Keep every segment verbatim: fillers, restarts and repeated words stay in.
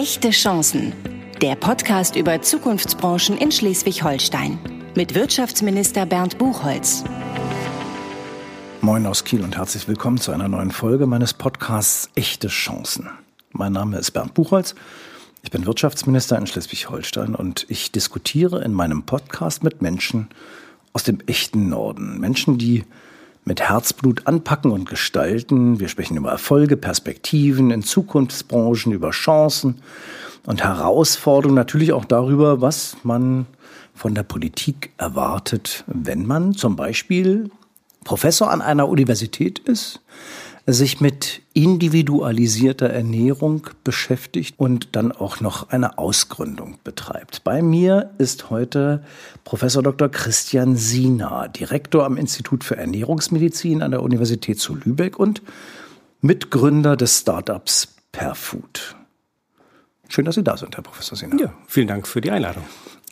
Echte Chancen. Der Podcast über Zukunftsbranchen in Schleswig-Holstein. Mit Wirtschaftsminister Bernd Buchholz. Moin aus Kiel und herzlich willkommen zu einer neuen Folge meines Podcasts Echte Chancen. Mein Name ist Bernd Buchholz. Ich bin Wirtschaftsminister in Schleswig-Holstein und ich diskutiere in meinem Podcast mit Menschen aus dem echten Norden. Menschen, die mit Herzblut anpacken und gestalten. Wir sprechen über Erfolge, Perspektiven in Zukunftsbranchen, über Chancen und Herausforderungen. Natürlich auch darüber, was man von der Politik erwartet, wenn man zum Beispiel Professor an einer Universität ist, sich mit individualisierter Ernährung beschäftigt und dann auch noch eine Ausgründung betreibt. Bei mir ist heute Professor Doktor Christian Siener, Direktor am Institut für Ernährungsmedizin an der Universität zu Lübeck und Mitgründer des Startups Perfood. Schön, dass Sie da sind, Herr Professor Siener. Ja, vielen Dank für die Einladung.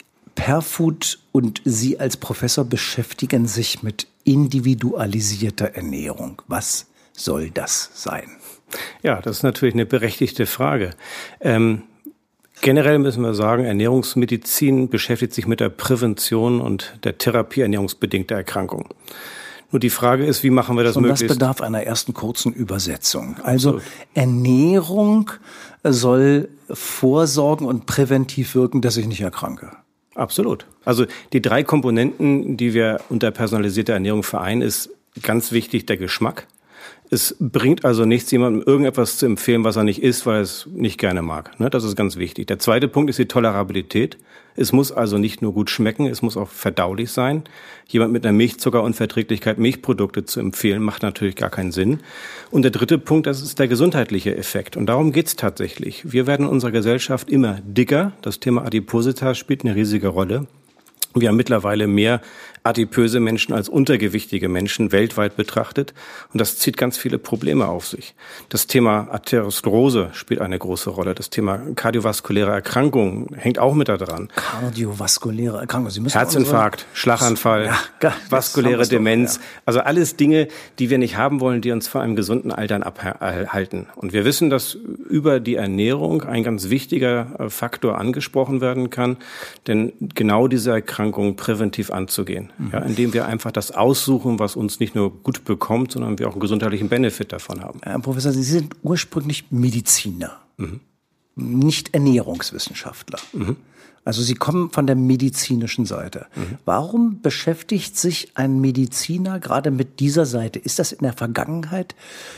Perfood und Sie als Professor beschäftigen sich mit individualisierter Ernährung. Was soll das sein? Ja, das ist natürlich eine berechtigte Frage. Ähm, generell müssen wir sagen, Ernährungsmedizin beschäftigt sich mit der Prävention und der Therapie ernährungsbedingter Erkrankungen. Nur die Frage ist, wie machen wir das Schon möglichst? Das bedarf einer ersten kurzen Übersetzung. Also Absolut. Ernährung soll vorsorgen und präventiv wirken, dass ich nicht erkranke. Absolut. Also die drei Komponenten, die wir unter personalisierter Ernährung vereinen, ist ganz wichtig der Geschmack. Es bringt also nichts, jemandem irgendetwas zu empfehlen, was er nicht isst, weil er es nicht gerne mag. Das ist ganz wichtig. Der zweite Punkt ist die Tolerabilität. Es muss also nicht nur gut schmecken, es muss auch verdaulich sein. Jemand mit einer Milchzuckerunverträglichkeit Milchprodukte zu empfehlen, macht natürlich gar keinen Sinn. Und der dritte Punkt, das ist der gesundheitliche Effekt. Und darum geht's tatsächlich. Wir werden in unserer Gesellschaft immer dicker. Das Thema Adipositas spielt eine riesige Rolle. Wir haben mittlerweile mehr adipöse Menschen als untergewichtige Menschen weltweit betrachtet. Und das zieht ganz viele Probleme auf sich. Das Thema Arteriosklerose spielt eine große Rolle. Das Thema kardiovaskuläre Erkrankungen hängt auch mit da dran. Kardiovaskuläre Erkrankungen. Sie müssen Herzinfarkt, Schlaganfall, ja, vaskuläre Demenz. Doch, ja. Also alles Dinge, die wir nicht haben wollen, die uns vor einem gesunden Altern abhalten. Und wir wissen, dass über die Ernährung ein ganz wichtiger Faktor angesprochen werden kann. Denn genau diese Erkrankungen präventiv anzugehen. Ja, indem wir einfach das aussuchen, was uns nicht nur gut bekommt, sondern wir auch einen gesundheitlichen Benefit davon haben. Herr Professor, Sie sind ursprünglich Mediziner, mhm. nicht Ernährungswissenschaftler. Mhm. Also Sie kommen von der medizinischen Seite. Mhm. Warum beschäftigt sich ein Mediziner gerade mit dieser Seite? Ist das in der Vergangenheit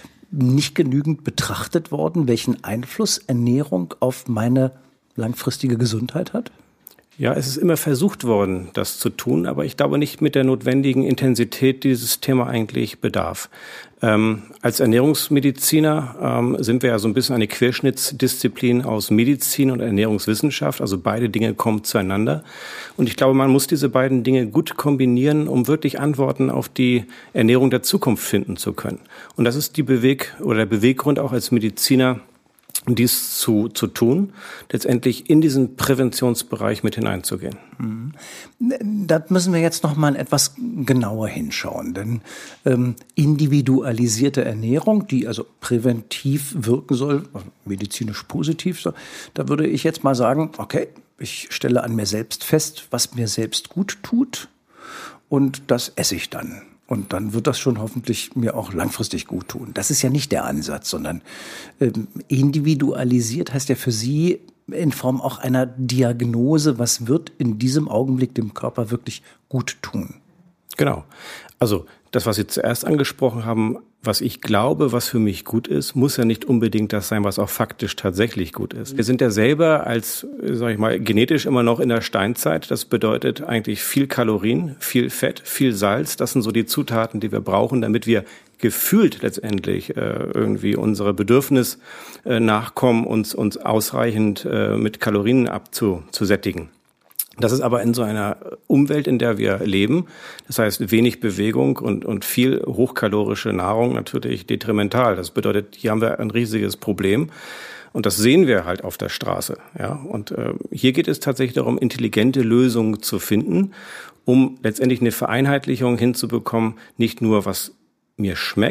nicht genügend betrachtet worden, welchen Einfluss Ernährung auf meine langfristige Gesundheit hat? Ja, es ist immer versucht worden, das zu tun, aber ich glaube nicht mit der notwendigen Intensität, die dieses Thema eigentlich bedarf. Ähm, als Ernährungsmediziner ähm, sind wir ja so ein bisschen eine Querschnittsdisziplin aus Medizin und Ernährungswissenschaft, also beide Dinge kommen zueinander. Und ich glaube, man muss diese beiden Dinge gut kombinieren, um wirklich Antworten auf die Ernährung der Zukunft finden zu können. Und das ist die Beweg- oder der Beweggrund auch als Mediziner, dies zu, zu tun, letztendlich in diesen Präventionsbereich mit hineinzugehen. Da müssen wir jetzt noch mal etwas genauer hinschauen, denn ähm, individualisierte Ernährung, die also präventiv wirken soll, medizinisch positiv, so, da würde ich jetzt mal sagen, okay, ich stelle an mir selbst fest, was mir selbst gut tut und das esse ich dann. Und dann wird das schon hoffentlich mir auch langfristig gut tun. Das ist ja nicht der Ansatz, sondern ähm, individualisiert heißt ja für Sie in Form auch einer Diagnose, was wird in diesem Augenblick dem Körper wirklich gut tun. Genau. Also das, was Sie zuerst angesprochen haben, was ich glaube, was für mich gut ist, muss ja nicht unbedingt das sein, was auch faktisch tatsächlich gut ist. Wir sind ja selber als, sag ich mal, genetisch immer noch in der Steinzeit. Das bedeutet eigentlich viel Kalorien, viel Fett, viel Salz. Das sind so die Zutaten, die wir brauchen, damit wir gefühlt letztendlich äh, irgendwie unsere Bedürfnis äh, nachkommen, uns uns ausreichend äh, mit Kalorien abzusättigen. Das ist aber in so einer Umwelt, in der wir leben, das heißt wenig Bewegung und, und viel hochkalorische Nahrung natürlich detrimental. Das bedeutet, hier haben wir ein riesiges Problem und das sehen wir halt auf der Straße. Ja? Und äh, hier geht es tatsächlich darum, intelligente Lösungen zu finden, um letztendlich eine Vereinheitlichung hinzubekommen, nicht nur was mir schmeckt,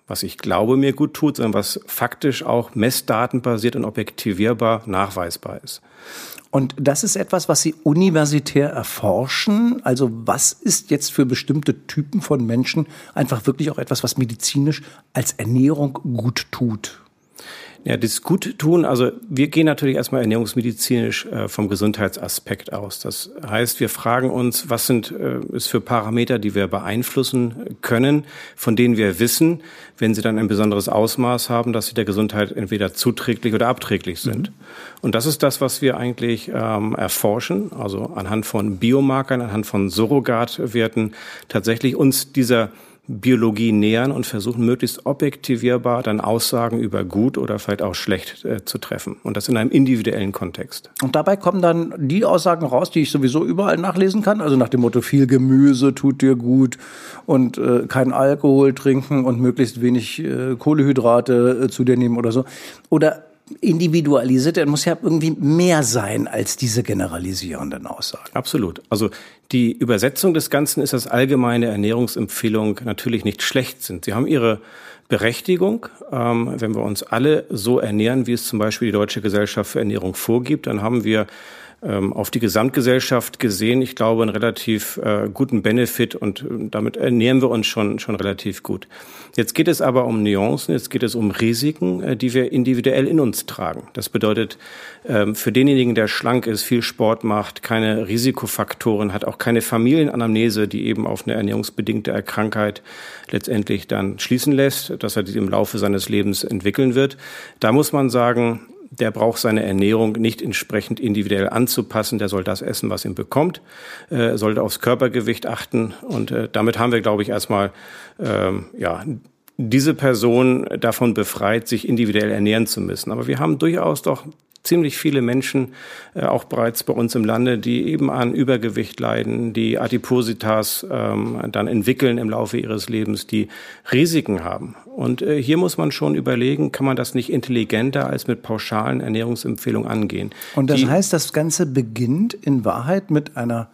was ich glaube, mir gut tut, sondern was faktisch auch messdatenbasiert und objektivierbar nachweisbar ist. Und das ist etwas, was Sie universitär erforschen? Also was ist jetzt für bestimmte Typen von Menschen einfach wirklich auch etwas, was medizinisch als Ernährung gut tut? Ja, das Guttun, also wir gehen natürlich erstmal ernährungsmedizinisch äh, vom Gesundheitsaspekt aus. Das heißt, wir fragen uns, was sind äh, es für Parameter, die wir beeinflussen können, von denen wir wissen, wenn sie dann ein besonderes Ausmaß haben, dass sie der Gesundheit entweder zuträglich oder abträglich sind. Mhm. Und das ist das, was wir eigentlich ähm, erforschen, also anhand von Biomarkern, anhand von Surrogatwerten tatsächlich uns dieser Biologie nähern und versuchen, möglichst objektivierbar dann Aussagen über gut oder vielleicht auch schlecht äh, zu treffen. Und das in einem individuellen Kontext. Und dabei kommen dann die Aussagen raus, die ich sowieso überall nachlesen kann. Also nach dem Motto, viel Gemüse tut dir gut und äh, kein Alkohol trinken und möglichst wenig äh, Kohlenhydrate äh, zu dir nehmen oder so. Oder individualisiert, er muss ja irgendwie mehr sein als diese generalisierenden Aussagen. Absolut. Also die Übersetzung des Ganzen ist, dass allgemeine Ernährungsempfehlungen natürlich nicht schlecht sind. Sie haben ihre Berechtigung. Ähm, wenn wir uns alle so ernähren, wie es zum Beispiel die Deutsche Gesellschaft für Ernährung vorgibt, dann haben wir ähm, auf die Gesamtgesellschaft gesehen, ich glaube, einen relativ äh, guten Benefit und äh, damit ernähren wir uns schon schon relativ gut. Jetzt geht es aber um Nuancen, jetzt geht es um Risiken, äh, die wir individuell in uns tragen. Das bedeutet, ähm, für denjenigen, der schlank ist, viel Sport macht, keine Risikofaktoren hat, auch keine Familienanamnese, die eben auf eine ernährungsbedingte Erkrankheit letztendlich dann schließen lässt, dass er die im Laufe seines Lebens entwickeln wird. Da muss man sagen, der braucht seine Ernährung nicht entsprechend individuell anzupassen. Der soll das essen, was ihm bekommt, äh, sollte aufs Körpergewicht achten. Und äh, damit haben wir, glaube ich, erstmal ähm, ja diese Person davon befreit, sich individuell ernähren zu müssen. Aber wir haben durchaus doch ziemlich viele Menschen, äh, auch bereits bei uns im Lande, die eben an Übergewicht leiden, die Adipositas ähm, dann entwickeln im Laufe ihres Lebens, die Risiken haben. Und äh, hier muss man schon überlegen, kann man das nicht intelligenter als mit pauschalen Ernährungsempfehlungen angehen. Und das die, heißt, das Ganze beginnt in Wahrheit mit einer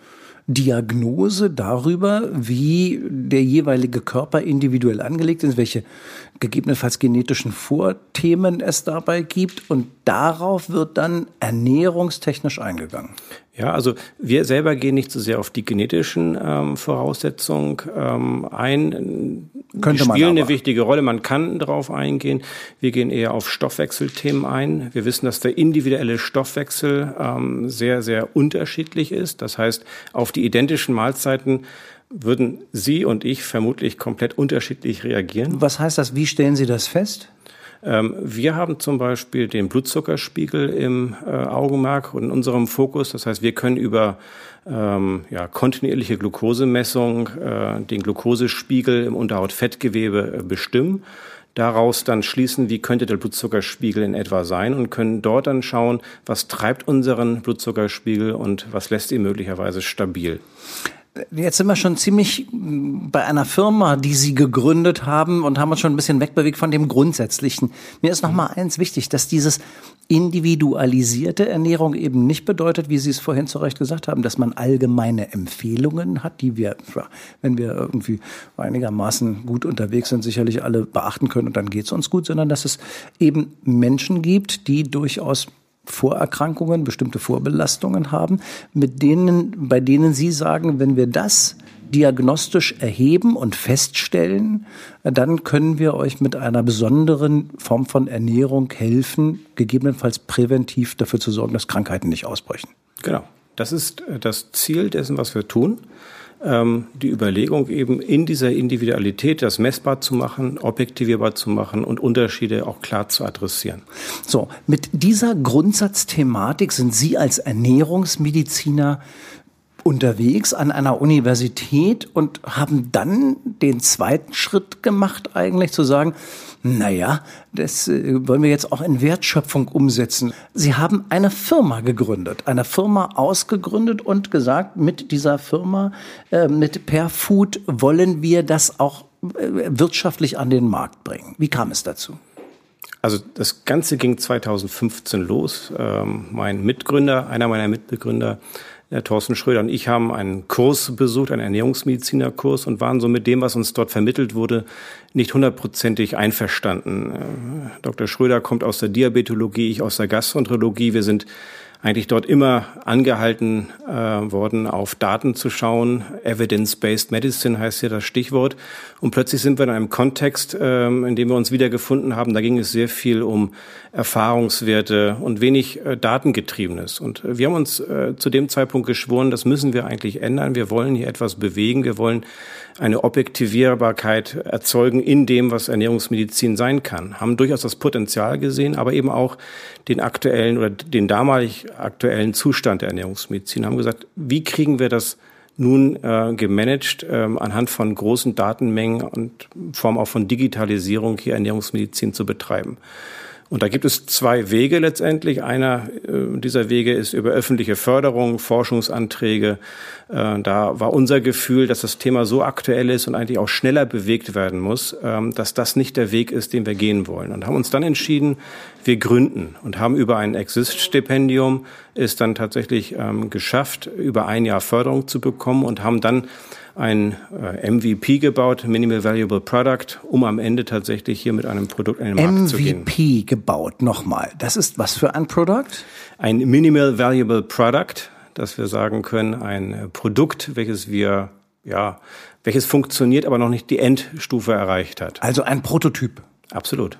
Diagnose darüber, wie der jeweilige Körper individuell angelegt ist, welche gegebenenfalls genetischen Vorthemen es dabei gibt, und darauf wird dann ernährungstechnisch eingegangen. Ja, also wir selber gehen nicht so sehr auf die genetischen ähm, Voraussetzungen ähm, ein. Könnte die spielen man eine wichtige Rolle, man kann darauf eingehen. Wir gehen eher auf Stoffwechselthemen ein. Wir wissen, dass der individuelle Stoffwechsel ähm, sehr, sehr unterschiedlich ist. Das heißt, auf die identischen Mahlzeiten würden Sie und ich vermutlich komplett unterschiedlich reagieren. Was heißt das? Wie stellen Sie das fest? Ähm, wir haben zum Beispiel den Blutzuckerspiegel im äh, Augenmerk und in unserem Fokus. Das heißt, wir können über ähm, ja, kontinuierliche Glukosemessung äh, den Glukosespiegel im Unterhautfettgewebe äh, bestimmen. Daraus dann schließen, wie könnte der Blutzuckerspiegel in etwa sein, und können dort dann schauen, was treibt unseren Blutzuckerspiegel und was lässt ihn möglicherweise stabil. Jetzt sind wir schon ziemlich bei einer Firma, die Sie gegründet haben, und haben uns schon ein bisschen wegbewegt von dem Grundsätzlichen. Mir ist noch mal eins wichtig, dass dieses individualisierte Ernährung eben nicht bedeutet, wie Sie es vorhin zu Recht gesagt haben, dass man allgemeine Empfehlungen hat, die wir, wenn wir irgendwie einigermaßen gut unterwegs sind, sicherlich alle beachten können und dann geht es uns gut, sondern dass es eben Menschen gibt, die durchaus Vorerkrankungen, bestimmte Vorbelastungen haben, mit denen, bei denen Sie sagen, wenn wir das diagnostisch erheben und feststellen, dann können wir euch mit einer besonderen Form von Ernährung helfen, gegebenenfalls präventiv dafür zu sorgen, dass Krankheiten nicht ausbrechen. Genau. Das ist das Ziel dessen, was wir tun. Ähm, die Überlegung eben in dieser Individualität das messbar zu machen, objektivierbar zu machen und Unterschiede auch klar zu adressieren. So, mit dieser Grundsatzthematik sind Sie als Ernährungsmediziner unterwegs an einer Universität und haben dann den zweiten Schritt gemacht, eigentlich zu sagen, naja, das äh, wollen wir jetzt auch in Wertschöpfung umsetzen. Sie haben eine Firma gegründet, eine Firma ausgegründet und gesagt, mit dieser Firma, äh, mit Perfood, wollen wir das auch äh, wirtschaftlich an den Markt bringen. Wie kam es dazu? Also das Ganze ging zweitausendfünfzehn los. Ähm, mein Mitgründer, einer meiner Mitbegründer, Der Thorsten Schröder und ich haben einen Kurs besucht, einen Ernährungsmedizinerkurs, und waren so mit dem, was uns dort vermittelt wurde, nicht hundertprozentig einverstanden. Doktor Schröder kommt aus der Diabetologie, ich aus der Gastroenterologie. Wir sind eigentlich dort immer angehalten äh, worden, auf Daten zu schauen. Evidence-Based Medicine heißt hier das Stichwort. Und plötzlich sind wir in einem Kontext, ähm, in dem wir uns wiedergefunden haben. Da ging es sehr viel um Erfahrungswerte und wenig äh, Datengetriebenes. Und äh, wir haben uns äh, zu dem Zeitpunkt geschworen, das müssen wir eigentlich ändern. Wir wollen hier etwas bewegen. Wir wollen eine Objektivierbarkeit erzeugen in dem, was Ernährungsmedizin sein kann. Haben durchaus das Potenzial gesehen, aber eben auch den aktuellen oder den damalig aktuellen Zustand der Ernährungsmedizin. Haben gesagt, wie kriegen wir das nun äh, gemanagt äh, anhand von großen Datenmengen und Form auch von Digitalisierung hier Ernährungsmedizin zu betreiben. Und da gibt es zwei Wege letztendlich. Einer äh, dieser Wege ist über öffentliche Förderung, Forschungsanträge. Äh, da war unser Gefühl, dass das Thema so aktuell ist und eigentlich auch schneller bewegt werden muss, äh, dass das nicht der Weg ist, den wir gehen wollen. Und haben uns dann entschieden, wir gründen und haben über ein Exist-Stipendium es dann tatsächlich ähm, geschafft, über ein Jahr Förderung zu bekommen und haben dann ein äh, M V P gebaut, Minimal Valuable Product, um am Ende tatsächlich hier mit einem Produkt in den Markt zu gehen. M V P gebaut, nochmal. Das ist was für ein Produkt? Ein Minimal Valuable Product, dass wir sagen können, ein Produkt, welches wir, ja, welches funktioniert, aber noch nicht die Endstufe erreicht hat. Also ein Prototyp. Absolut.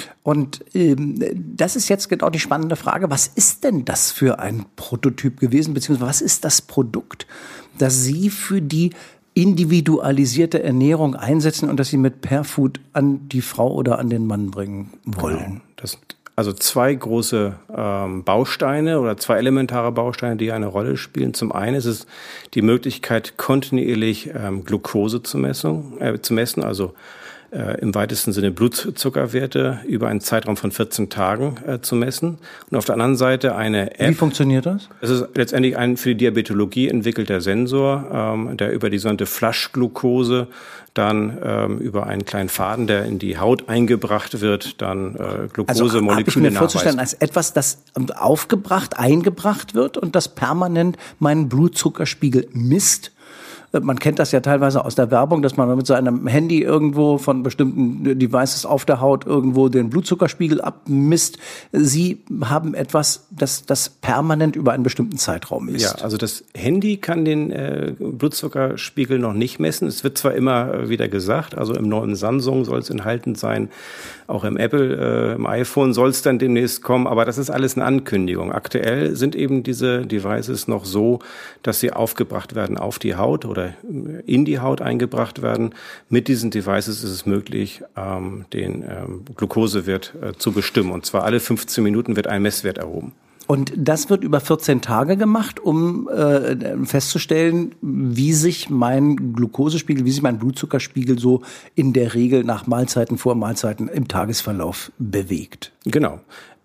Und ähm, das ist jetzt genau die spannende Frage. Was ist denn das für ein Prototyp gewesen, beziehungsweise was ist das Produkt, das Sie für die individualisierte Ernährung einsetzen und das Sie mit Perfood an die Frau oder an den Mann bringen wollen? Genau. Das sind also zwei große ähm, Bausteine oder zwei elementare Bausteine, die eine Rolle spielen. Zum einen ist es die Möglichkeit, kontinuierlich ähm, Glucose zu messen, äh, zu messen, also Äh, im weitesten Sinne Blutzuckerwerte über einen Zeitraum von vierzehn Tagen äh, zu messen. Und auf der anderen Seite eine App. Wie funktioniert das? Es ist letztendlich ein für die Diabetologie entwickelter Sensor, ähm, der über die sogenannte Flaschglucose dann ähm, über einen kleinen Faden, der in die Haut eingebracht wird, dann äh, Glukosemoleküle nachweist. Also habe ich mir vorzustellen, als etwas, das aufgebracht, eingebracht wird und das permanent meinen Blutzuckerspiegel misst. Man kennt das ja teilweise aus der Werbung, dass man mit seinem Handy irgendwo von bestimmten Devices auf der Haut irgendwo den Blutzuckerspiegel abmisst. Sie haben etwas, das das permanent über einen bestimmten Zeitraum misst. Ja, also das Handy kann den äh, Blutzuckerspiegel noch nicht messen. Es wird zwar immer wieder gesagt, also im neuen Samsung soll es enthalten sein, auch im Apple, äh, im iPhone soll es dann demnächst kommen, aber das ist alles eine Ankündigung. Aktuell sind eben diese Devices noch so, dass sie aufgebracht werden auf die Haut oder in die Haut eingebracht werden. Mit diesen Devices ist es möglich, ähm, den ähm, Glukosewert äh, zu bestimmen. Und zwar alle fünfzehn Minuten wird ein Messwert erhoben. Und das wird über vierzehn Tage gemacht, um äh, festzustellen, wie sich mein Glukosespiegel, wie sich mein Blutzuckerspiegel so in der Regel nach Mahlzeiten, vor Mahlzeiten im Tagesverlauf bewegt. Genau.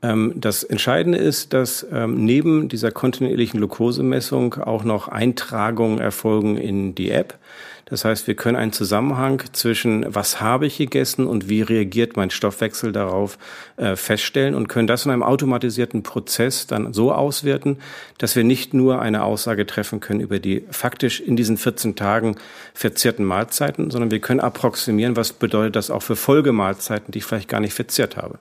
Das Entscheidende ist, dass ähm, neben dieser kontinuierlichen Glukosemessung auch noch Eintragungen erfolgen in die App. Das heißt, wir können einen Zusammenhang zwischen was habe ich gegessen und wie reagiert mein Stoffwechsel darauf äh, feststellen und können das in einem automatisierten Prozess dann so auswerten, dass wir nicht nur eine Aussage treffen können über die faktisch in diesen vierzehn Tagen verzehrten Mahlzeiten, sondern wir können approximieren, was bedeutet das auch für Folgemahlzeiten, die ich vielleicht gar nicht verzehrt habe.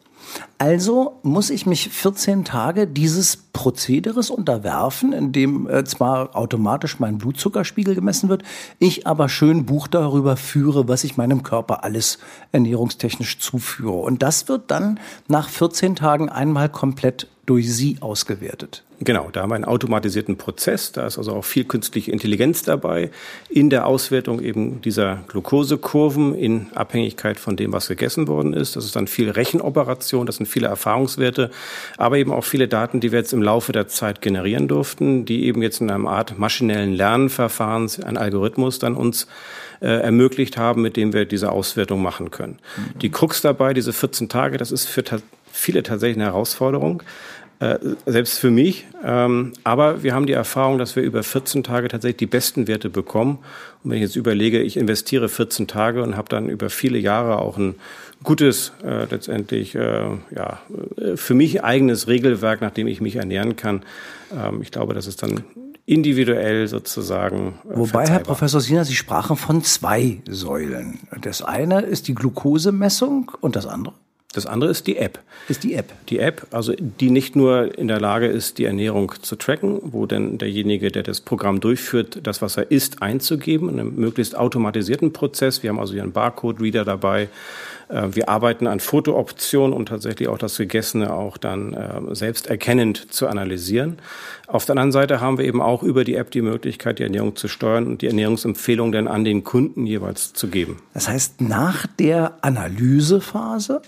Also muss ich mich vierzehn Tage dieses Prozederes unterwerfen, in dem äh, zwar automatisch mein Blutzuckerspiegel gemessen wird, ich aber schön Buch darüber führe, was ich meinem Körper alles ernährungstechnisch zuführe. Und das wird dann nach vierzehn Tagen einmal komplett durch Sie ausgewertet. Genau, da haben wir einen automatisierten Prozess, da ist also auch viel künstliche Intelligenz dabei, in der Auswertung eben dieser Glukosekurven in Abhängigkeit von dem, was gegessen worden ist. Das ist dann viel Rechenoperation, das sind viele Erfahrungswerte, aber eben auch viele Daten, die wir jetzt im Laufe der Zeit generieren durften, die eben jetzt in einer Art maschinellen Lernverfahren, ein Algorithmus dann uns äh, ermöglicht haben, mit dem wir diese Auswertung machen können. Mhm. Die Krux dabei, diese vierzehn Tage, das ist für ta- viele tatsächlich eine Herausforderung. Selbst für mich. Aber wir haben die Erfahrung, dass wir über vierzehn Tage tatsächlich die besten Werte bekommen. Und wenn ich jetzt überlege, ich investiere vierzehn Tage und habe dann über viele Jahre auch ein gutes, äh, letztendlich äh, ja für mich eigenes Regelwerk, nach dem ich mich ernähren kann. Ähm, ich glaube, das ist dann individuell sozusagen. Äh, Wobei, Herr Professor Siener, Sie sprachen von zwei Säulen. Das eine ist die Glukosemessung und das andere? Das andere ist die App. Ist die App. Die App, also die nicht nur in der Lage ist, die Ernährung zu tracken, wo denn derjenige, der das Programm durchführt, das, was er isst, einzugeben, in einem möglichst automatisierten Prozess. Wir haben also hier einen Barcode-Reader dabei. Wir arbeiten an Fotooptionen, um tatsächlich auch das Gegessene auch dann äh, selbst erkennend zu analysieren. Auf der anderen Seite haben wir eben auch über die App die Möglichkeit, die Ernährung zu steuern und die Ernährungsempfehlung dann an den Kunden jeweils zu geben. Das heißt, nach der Analysephase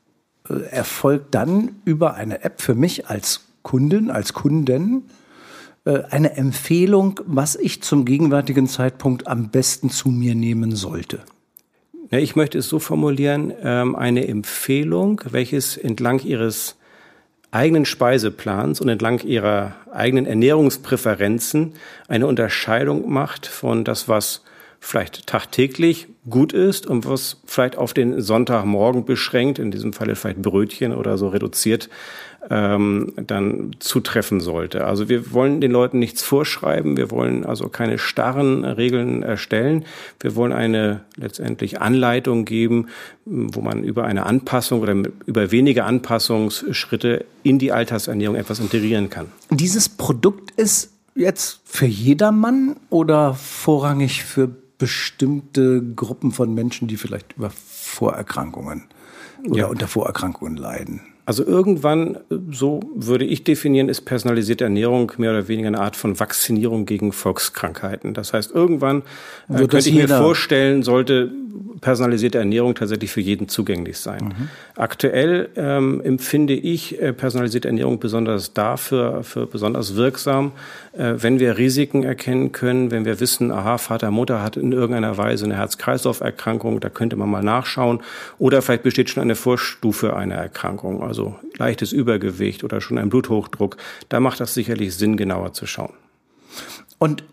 erfolgt dann über eine App für mich als Kundin, als Kunden eine Empfehlung, was ich zum gegenwärtigen Zeitpunkt am besten zu mir nehmen sollte. Ich möchte es so formulieren, eine Empfehlung, welches entlang Ihres eigenen Speiseplans und entlang Ihrer eigenen Ernährungspräferenzen eine Unterscheidung macht von das, was vielleicht tagtäglich gut ist und was vielleicht auf den Sonntagmorgen beschränkt, in diesem Falle vielleicht Brötchen oder so reduziert, ähm, dann zutreffen sollte. Also wir wollen den Leuten nichts vorschreiben, wir wollen also keine starren Regeln erstellen. Wir wollen eine letztendlich Anleitung geben, wo man über eine Anpassung oder über wenige Anpassungsschritte in die Alltagsernährung etwas integrieren kann. Dieses Produkt ist jetzt für jedermann oder vorrangig für bestimmte Gruppen von Menschen, die vielleicht über Vorerkrankungen oder ja. unter Vorerkrankungen leiden? Also irgendwann, so würde ich definieren, ist personalisierte Ernährung mehr oder weniger eine Art von Vaccinierung gegen Volkskrankheiten. Das heißt, irgendwann äh, könnte ich mir vorstellen, sollte personalisierte Ernährung tatsächlich für jeden zugänglich sein. Mhm. Aktuell ähm, empfinde ich äh, personalisierte Ernährung besonders dafür für besonders wirksam, äh, wenn wir Risiken erkennen können, wenn wir wissen, aha, Vater, Mutter hat in irgendeiner Weise eine Herz-Kreislauf-Erkrankung, da könnte man mal nachschauen. Oder vielleicht besteht schon eine Vorstufe einer Erkrankung, also leichtes Übergewicht oder schon ein Bluthochdruck. Da macht das sicherlich Sinn, genauer zu schauen. Und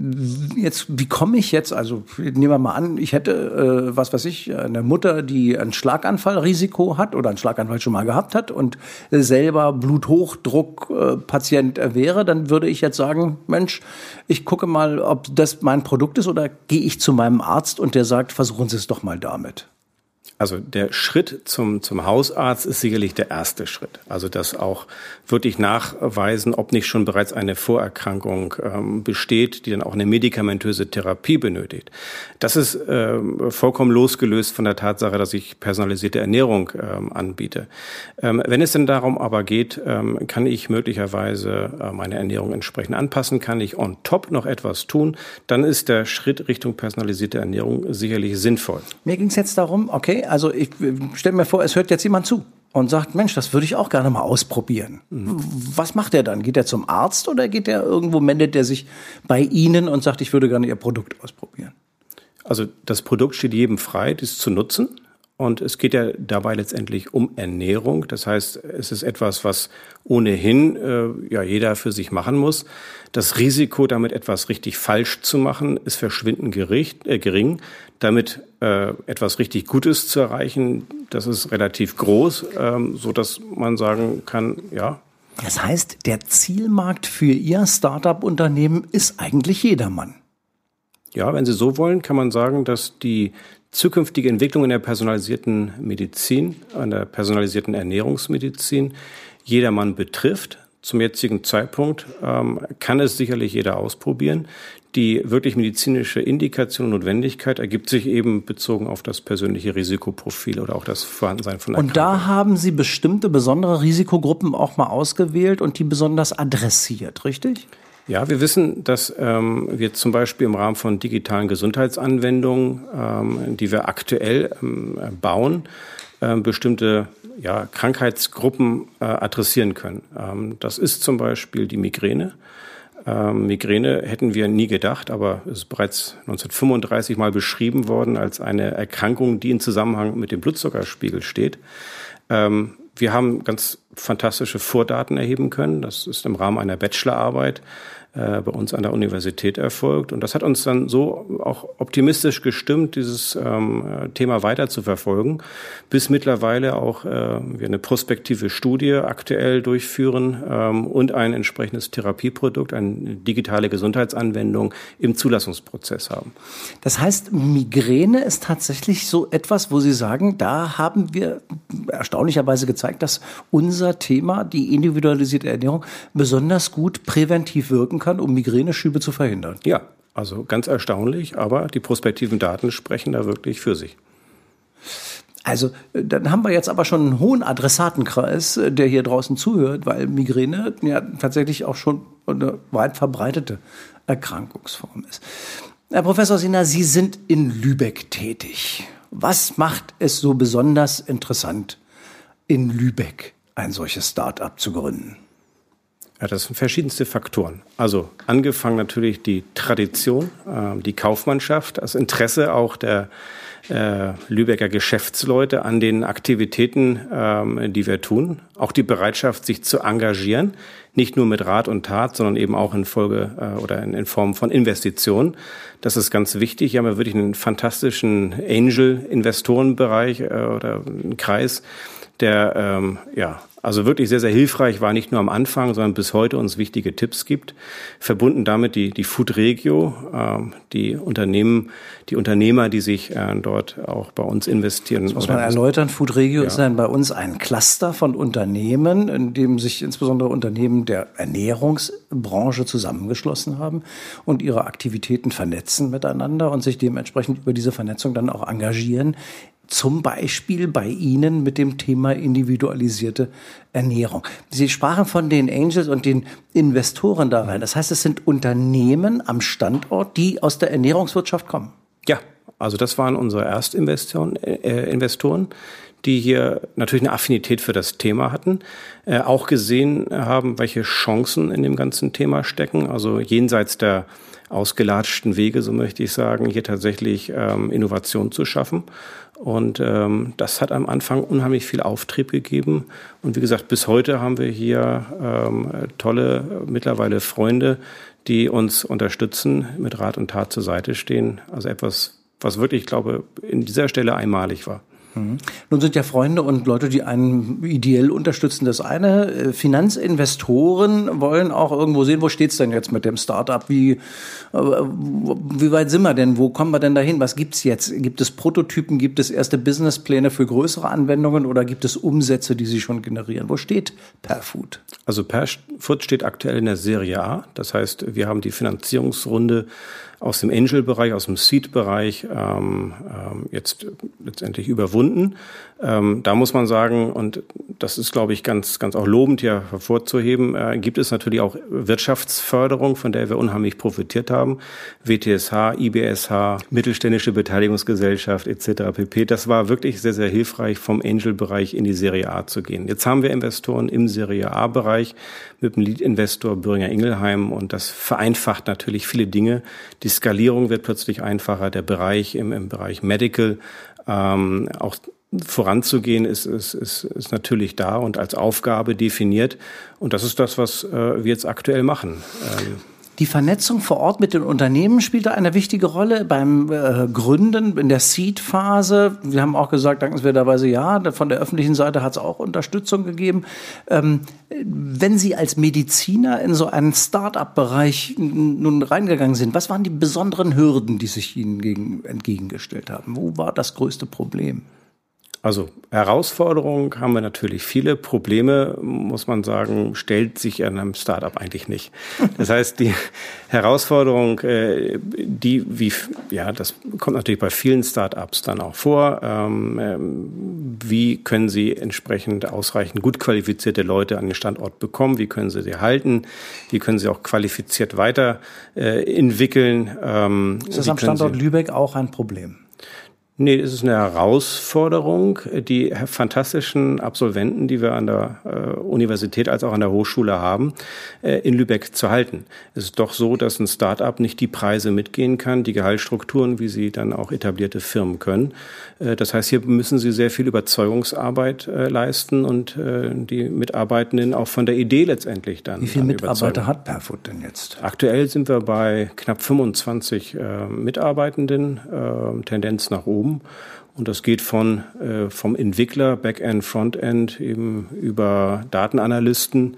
jetzt, wie komme ich jetzt, also nehmen wir mal an, ich hätte, äh, was weiß ich, eine Mutter, die ein Schlaganfallrisiko hat oder einen Schlaganfall schon mal gehabt hat und äh, selber Bluthochdruck-Patient äh, wäre, dann würde ich jetzt sagen, Mensch, ich gucke mal, ob das mein Produkt ist oder gehe ich zu meinem Arzt und der sagt, versuchen Sie es doch mal damit. Also der Schritt zum, zum Hausarzt ist sicherlich der erste Schritt. Also das auch wirklich nachweisen, ob nicht schon bereits eine Vorerkrankung ähm, besteht, die dann auch eine medikamentöse Therapie benötigt. Das ist ähm, vollkommen losgelöst von der Tatsache, dass ich personalisierte Ernährung ähm, anbiete. Ähm, wenn es denn darum aber geht, ähm, kann ich möglicherweise äh, meine Ernährung entsprechend anpassen, kann ich on top noch etwas tun, dann ist der Schritt Richtung personalisierte Ernährung sicherlich sinnvoll. Mir ging es jetzt darum, okay, also ich stelle mir vor, es hört jetzt jemand zu und sagt, Mensch, das würde ich auch gerne mal ausprobieren. Mhm. Was macht er dann? Geht er zum Arzt oder geht er irgendwo, meldet er sich bei Ihnen und sagt, ich würde gerne Ihr Produkt ausprobieren? Also das Produkt steht jedem frei, das zu nutzen. Und es geht ja dabei letztendlich um Ernährung. Das heißt, es ist etwas, was ohnehin äh, ja jeder für sich machen muss. Das Risiko, damit etwas richtig falsch zu machen, ist verschwindend gering. Äh, gering. Damit äh, etwas richtig Gutes zu erreichen, das ist relativ groß, ähm, so dass man sagen kann, ja. Das heißt, der Zielmarkt für Ihr Start-up-Unternehmen ist eigentlich jedermann. Ja, wenn Sie so wollen, kann man sagen, dass die zukünftige Entwicklung in der personalisierten Medizin, an der personalisierten Ernährungsmedizin jedermann betrifft. Zum jetzigen Zeitpunkt ähm, kann es sicherlich jeder ausprobieren. Die wirklich medizinische Indikation und Notwendigkeit ergibt sich eben bezogen auf das persönliche Risikoprofil oder auch das Vorhandensein von Erkrankungen. Und da haben Sie bestimmte besondere Risikogruppen auch mal ausgewählt und die besonders adressiert, richtig? Ja, wir wissen, dass ähm, wir zum Beispiel im Rahmen von digitalen Gesundheitsanwendungen, ähm, die wir aktuell ähm, bauen, äh, bestimmte ja, Krankheitsgruppen äh, adressieren können. Ähm, das ist zum Beispiel die Migräne. Ähm, Migräne hätten wir nie gedacht, aber es ist bereits neunzehnhundertfünfunddreißig mal beschrieben worden als eine Erkrankung, die in Zusammenhang mit dem Blutzuckerspiegel steht. Ähm, wir haben ganz fantastische Vordaten erheben können. Das ist im Rahmen einer Bachelorarbeit äh, bei uns an der Universität erfolgt. Und das hat uns dann so auch optimistisch gestimmt, dieses ähm, Thema weiter zu verfolgen, bis mittlerweile auch äh, wir eine prospektive Studie aktuell durchführen ähm, und ein entsprechendes Therapieprodukt, eine digitale Gesundheitsanwendung im Zulassungsprozess haben. Das heißt, Migräne ist tatsächlich so etwas, wo Sie sagen, da haben wir erstaunlicherweise gezeigt, dass unser Thema, die individualisierte Ernährung, besonders gut präventiv wirken kann, um Migräneschübe zu verhindern. Ja, also ganz erstaunlich, aber die prospektiven Daten sprechen da wirklich für sich. Also dann haben wir jetzt aber schon einen hohen Adressatenkreis, der hier draußen zuhört, weil Migräne ja tatsächlich auch schon eine weit verbreitete Erkrankungsform ist. Herr Professor Sina, Sie sind in Lübeck tätig. Was macht es so besonders interessant, in Lübeck ein solches Start-up zu gründen? Ja, das sind verschiedenste Faktoren. Also angefangen natürlich die Tradition, äh, die Kaufmannschaft, das Interesse auch der äh, Lübecker Geschäftsleute an den Aktivitäten, ähm, die wir tun. Auch die Bereitschaft, sich zu engagieren, nicht nur mit Rat und Tat, sondern eben auch in Folge äh, oder in, in Form von Investitionen. Das ist ganz wichtig. Hier haben wir wirklich einen fantastischen Angel-Investorenbereich äh, oder einen Kreis, der ähm, ja also wirklich sehr, sehr hilfreich war, nicht nur am Anfang, sondern bis heute uns wichtige Tipps gibt. Verbunden damit die, die Food Regio, äh, die Unternehmen, die Unternehmer, die sich äh, dort auch bei uns investieren. Das muss man erläutern. Food Regio ja. ist dann bei uns ein Cluster von Unternehmen, in dem sich insbesondere Unternehmen der Ernährungsbranche zusammengeschlossen haben und ihre Aktivitäten vernetzen miteinander und sich dementsprechend über diese Vernetzung dann auch engagieren. Zum Beispiel bei Ihnen mit dem Thema individualisierte Ernährung. Sie sprachen von den Angels und den Investoren da rein. Das heißt, es sind Unternehmen am Standort, die aus der Ernährungswirtschaft kommen. Ja, also das waren unsere Erstinvestoren, äh, Investoren, die hier natürlich eine Affinität für das Thema hatten, äh, auch gesehen haben, welche Chancen in dem ganzen Thema stecken. Also jenseits der ausgelatschten Wege, so möchte ich sagen, hier tatsächlich ähm, Innovation zu schaffen. Und ähm, das hat am Anfang unheimlich viel Auftrieb gegeben. Und wie gesagt, bis heute haben wir hier ähm, tolle, mittlerweile Freunde, die uns unterstützen, mit Rat und Tat zur Seite stehen. Also etwas, was wirklich, ich glaube, in dieser Stelle einmalig war. Mhm. Nun sind ja Freunde und Leute, die einen ideell unterstützen, das eine. Finanzinvestoren wollen auch irgendwo sehen, wo steht's denn jetzt mit dem Start-up? Wie, wie weit sind wir denn? Wo kommen wir denn dahin? Was gibt's jetzt? Gibt es Prototypen? Gibt es erste Businesspläne für größere Anwendungen oder gibt es Umsätze, die Sie schon generieren? Wo steht Perfood? Also Perfood steht aktuell in der Serie A. Das heißt, wir haben die Finanzierungsrunde aus dem Angel-Bereich, aus dem Seed-Bereich ähm, ähm, jetzt letztendlich überwunden. Ähm, da muss man sagen, und das ist, glaube ich, ganz ganz auch lobend hier hervorzuheben, äh, gibt es natürlich auch Wirtschaftsförderung, von der wir unheimlich profitiert haben. W T S H, I B S H, Mittelständische Beteiligungsgesellschaft et cetera pp. Das war wirklich sehr, sehr hilfreich, vom Angel-Bereich in die Serie A zu gehen. Jetzt haben wir Investoren im Serie A-Bereich mit dem Lead-Investor Boehringer Ingelheim und das vereinfacht natürlich viele Dinge. Die Skalierung wird plötzlich einfacher, der Bereich im, im Bereich Medical, ähm, auch voranzugehen, ist, ist, ist, ist natürlich da und als Aufgabe definiert. Und das ist das, was äh, wir jetzt aktuell machen. Ähm, Die Vernetzung vor Ort mit den Unternehmen spielt da eine wichtige Rolle beim äh, Gründen in der Seed-Phase. Wir haben auch gesagt, dankenswerterweise ja, von der öffentlichen Seite hat es auch Unterstützung gegeben. Ähm, wenn Sie als Mediziner in so einen Start-up-Bereich nun reingegangen sind, was waren die besonderen Hürden, die sich Ihnen gegen, entgegengestellt haben? Wo war das größte Problem? Also Herausforderungen haben wir natürlich viele. Probleme, muss man sagen, stellt sich in einem Startup eigentlich nicht. Das heißt, die Herausforderung, die wie ja, das kommt natürlich bei vielen Startups dann auch vor. Wie können Sie entsprechend ausreichend gut qualifizierte Leute an den Standort bekommen? Wie können Sie sie halten? Wie können Sie auch qualifiziert weiterentwickeln? Ist das am Standort Lübeck auch ein Problem? Nee, es ist eine Herausforderung, die fantastischen Absolventen, die wir an der äh, Universität als auch an der Hochschule haben, äh, in Lübeck zu halten. Es ist doch so, dass ein Start-up nicht die Preise mitgehen kann, die Gehaltsstrukturen, wie sie dann auch etablierte Firmen können. Äh, das heißt, hier müssen sie sehr viel Überzeugungsarbeit äh, leisten und äh, die Mitarbeitenden auch von der Idee letztendlich dann. Wie viele dann Mitarbeiter hat Perfoot denn jetzt? Aktuell sind wir bei knapp fünfundzwanzig äh, Mitarbeitenden, äh, Tendenz nach oben. Und das geht von äh, vom Entwickler, Backend, Frontend, eben über Datenanalysten,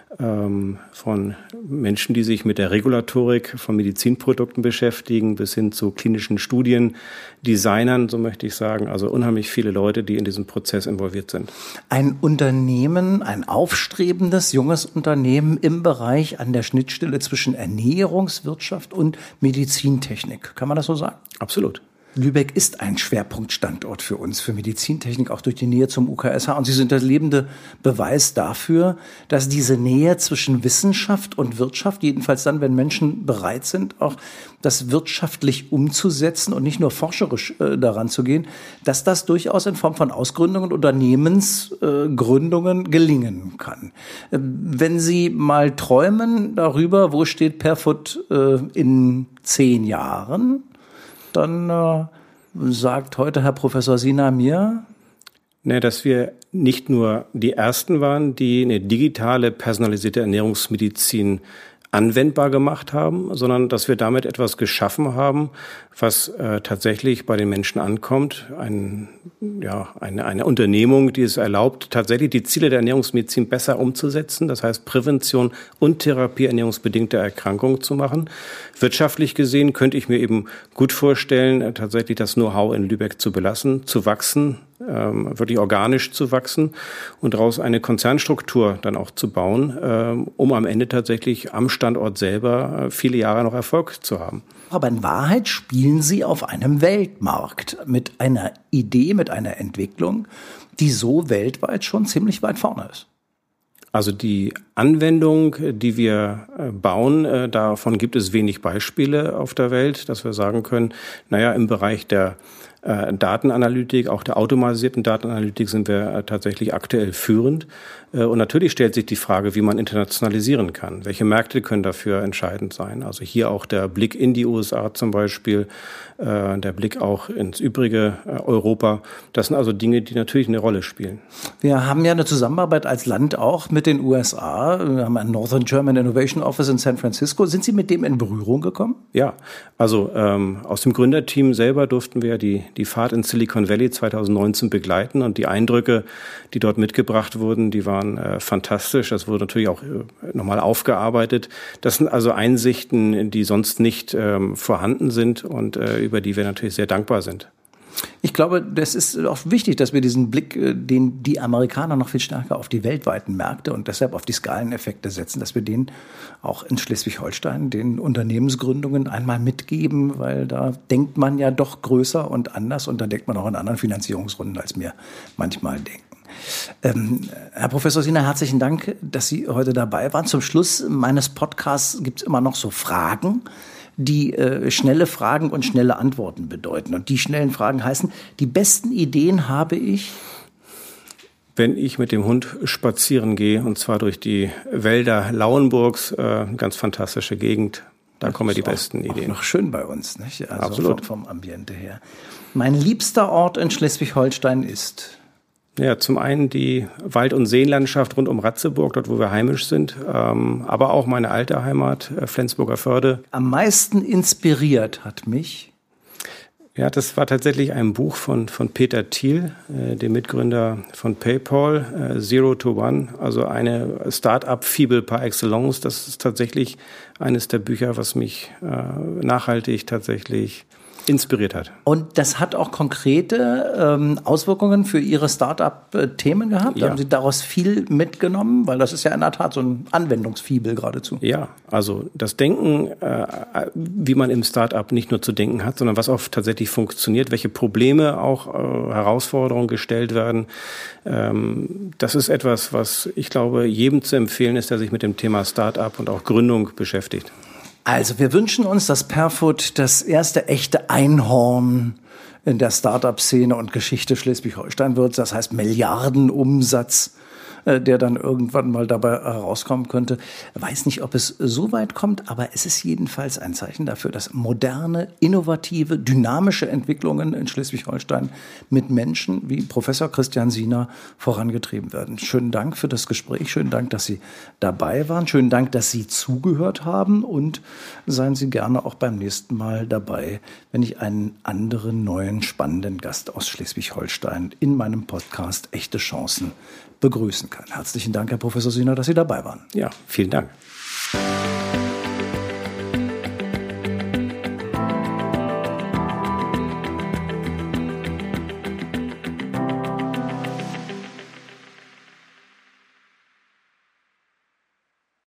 ähm, von Menschen, die sich mit der Regulatorik von Medizinprodukten beschäftigen, bis hin zu klinischen Studien, Designern, so möchte ich sagen. Also unheimlich viele Leute, die in diesem Prozess involviert sind. Ein Unternehmen, ein aufstrebendes, junges Unternehmen im Bereich an der Schnittstelle zwischen Ernährungswirtschaft und Medizintechnik. Kann man das so sagen? Absolut. Lübeck ist ein Schwerpunktstandort für uns, für Medizintechnik, auch durch die Nähe zum U K S H. Und Sie sind der lebende Beweis dafür, dass diese Nähe zwischen Wissenschaft und Wirtschaft, jedenfalls dann, wenn Menschen bereit sind, auch das wirtschaftlich umzusetzen und nicht nur forscherisch äh, daran zu gehen, dass das durchaus in Form von Ausgründungen und Unternehmensgründungen äh, gelingen kann. Äh, wenn Sie mal träumen darüber, wo steht Perfoot äh, in zehn Jahren, dann äh, sagt heute Herr Professor Sina mir, Ne, dass wir nicht nur die Ersten waren, die eine digitale, personalisierte Ernährungsmedizin anwendbar gemacht haben, sondern dass wir damit etwas geschaffen haben, was äh, tatsächlich bei den Menschen ankommt. Ein, ja, eine, eine Unternehmung, die es erlaubt, tatsächlich die Ziele der Ernährungsmedizin besser umzusetzen. Das heißt, Prävention und Therapie ernährungsbedingter Erkrankungen zu machen. Wirtschaftlich gesehen könnte ich mir eben gut vorstellen, äh, tatsächlich das Know-how in Lübeck zu belassen, zu wachsen, ähm, wirklich organisch zu wachsen und daraus eine Konzernstruktur dann auch zu bauen, ähm, um am Ende tatsächlich am Standort selber äh, viele Jahre noch Erfolg zu haben. Aber in Wahrheit spielen Sie auf einem Weltmarkt mit einer Idee, mit einer Entwicklung, die so weltweit schon ziemlich weit vorne ist. Also die Anwendung, die wir bauen, davon gibt es wenig Beispiele auf der Welt, dass wir sagen können, naja, im Bereich der Datenanalytik, auch der automatisierten Datenanalytik sind wir tatsächlich aktuell führend. Und natürlich stellt sich die Frage, wie man internationalisieren kann. Welche Märkte können dafür entscheidend sein? Also hier auch der Blick in die U S A zum Beispiel, der Blick auch ins übrige Europa. Das sind also Dinge, die natürlich eine Rolle spielen. Wir haben ja eine Zusammenarbeit als Land auch mit den U S A. Wir haben ein Northern German Innovation Office in San Francisco. Sind Sie mit dem in Berührung gekommen? Ja, also ähm, aus dem Gründerteam selber durften wir die die Fahrt in Silicon Valley zwanzig neunzehn begleiten und die Eindrücke, die dort mitgebracht wurden, die waren äh, fantastisch. Das wurde natürlich auch äh, nochmal aufgearbeitet. Das sind also Einsichten, die sonst nicht ähm, vorhanden sind und äh, über die wir natürlich sehr dankbar sind. Ich glaube, das ist auch wichtig, dass wir diesen Blick, den die Amerikaner noch viel stärker auf die weltweiten Märkte und deshalb auf die Skaleneffekte setzen, dass wir den auch in Schleswig-Holstein, den Unternehmensgründungen einmal mitgeben, weil da denkt man ja doch größer und anders und da denkt man auch in anderen Finanzierungsrunden, als wir manchmal denken. Ähm, Herr Professor Sina, herzlichen Dank, dass Sie heute dabei waren. Zum Schluss meines Podcasts gibt es immer noch so Fragen, die äh, schnelle Fragen und schnelle Antworten bedeuten. Und die schnellen Fragen heißen, die besten Ideen habe ich, wenn ich mit dem Hund spazieren gehe, und zwar durch die Wälder Lauenburgs, äh, ganz fantastische Gegend, da kommen mir die besten Ideen. Auch noch schön bei uns, nicht? Also absolut. Vom, vom Ambiente her. Mein liebster Ort in Schleswig-Holstein ist? Ja, zum einen die Wald- und Seenlandschaft rund um Ratzeburg, dort wo wir heimisch sind, ähm, aber auch meine alte Heimat, äh, Flensburger Förde. Am meisten inspiriert hat mich? Ja, das war tatsächlich ein Buch von von Peter Thiel, äh, dem Mitgründer von PayPal, äh, Zero to One, also eine Start-up-Fibel par excellence. Das ist tatsächlich eines der Bücher, was mich äh, nachhaltig tatsächlich inspiriert hat. Und das hat auch konkrete ähm, Auswirkungen für Ihre Start-up-Themen gehabt? Ja. Haben Sie daraus viel mitgenommen? Weil das ist ja in der Tat so ein Anwendungsfibel geradezu. Ja, also das Denken, äh, wie man im Start-up nicht nur zu denken hat, sondern was auch tatsächlich funktioniert, welche Probleme auch äh, Herausforderungen gestellt werden. Ähm, das ist etwas, was ich glaube, jedem zu empfehlen ist, der sich mit dem Thema Start-up und auch Gründung beschäftigt. Also wir wünschen uns, dass Perfoot das erste echte Einhorn in der Start-up-Szene und Geschichte Schleswig-Holstein wird. Das heißt Milliardenumsatz, der dann irgendwann mal dabei herauskommen könnte. Ich weiß nicht, ob es so weit kommt, aber es ist jedenfalls ein Zeichen dafür, dass moderne, innovative, dynamische Entwicklungen in Schleswig-Holstein mit Menschen wie Professor Christian Siener vorangetrieben werden. Schönen Dank für das Gespräch, schönen Dank, dass Sie dabei waren, schönen Dank, dass Sie zugehört haben und seien Sie gerne auch beim nächsten Mal dabei, wenn ich einen anderen, neuen, spannenden Gast aus Schleswig-Holstein in meinem Podcast Echte Chancen begrüßen kann. Herzlichen Dank, Herr Professor Siener, dass Sie dabei waren. Ja, vielen Dank.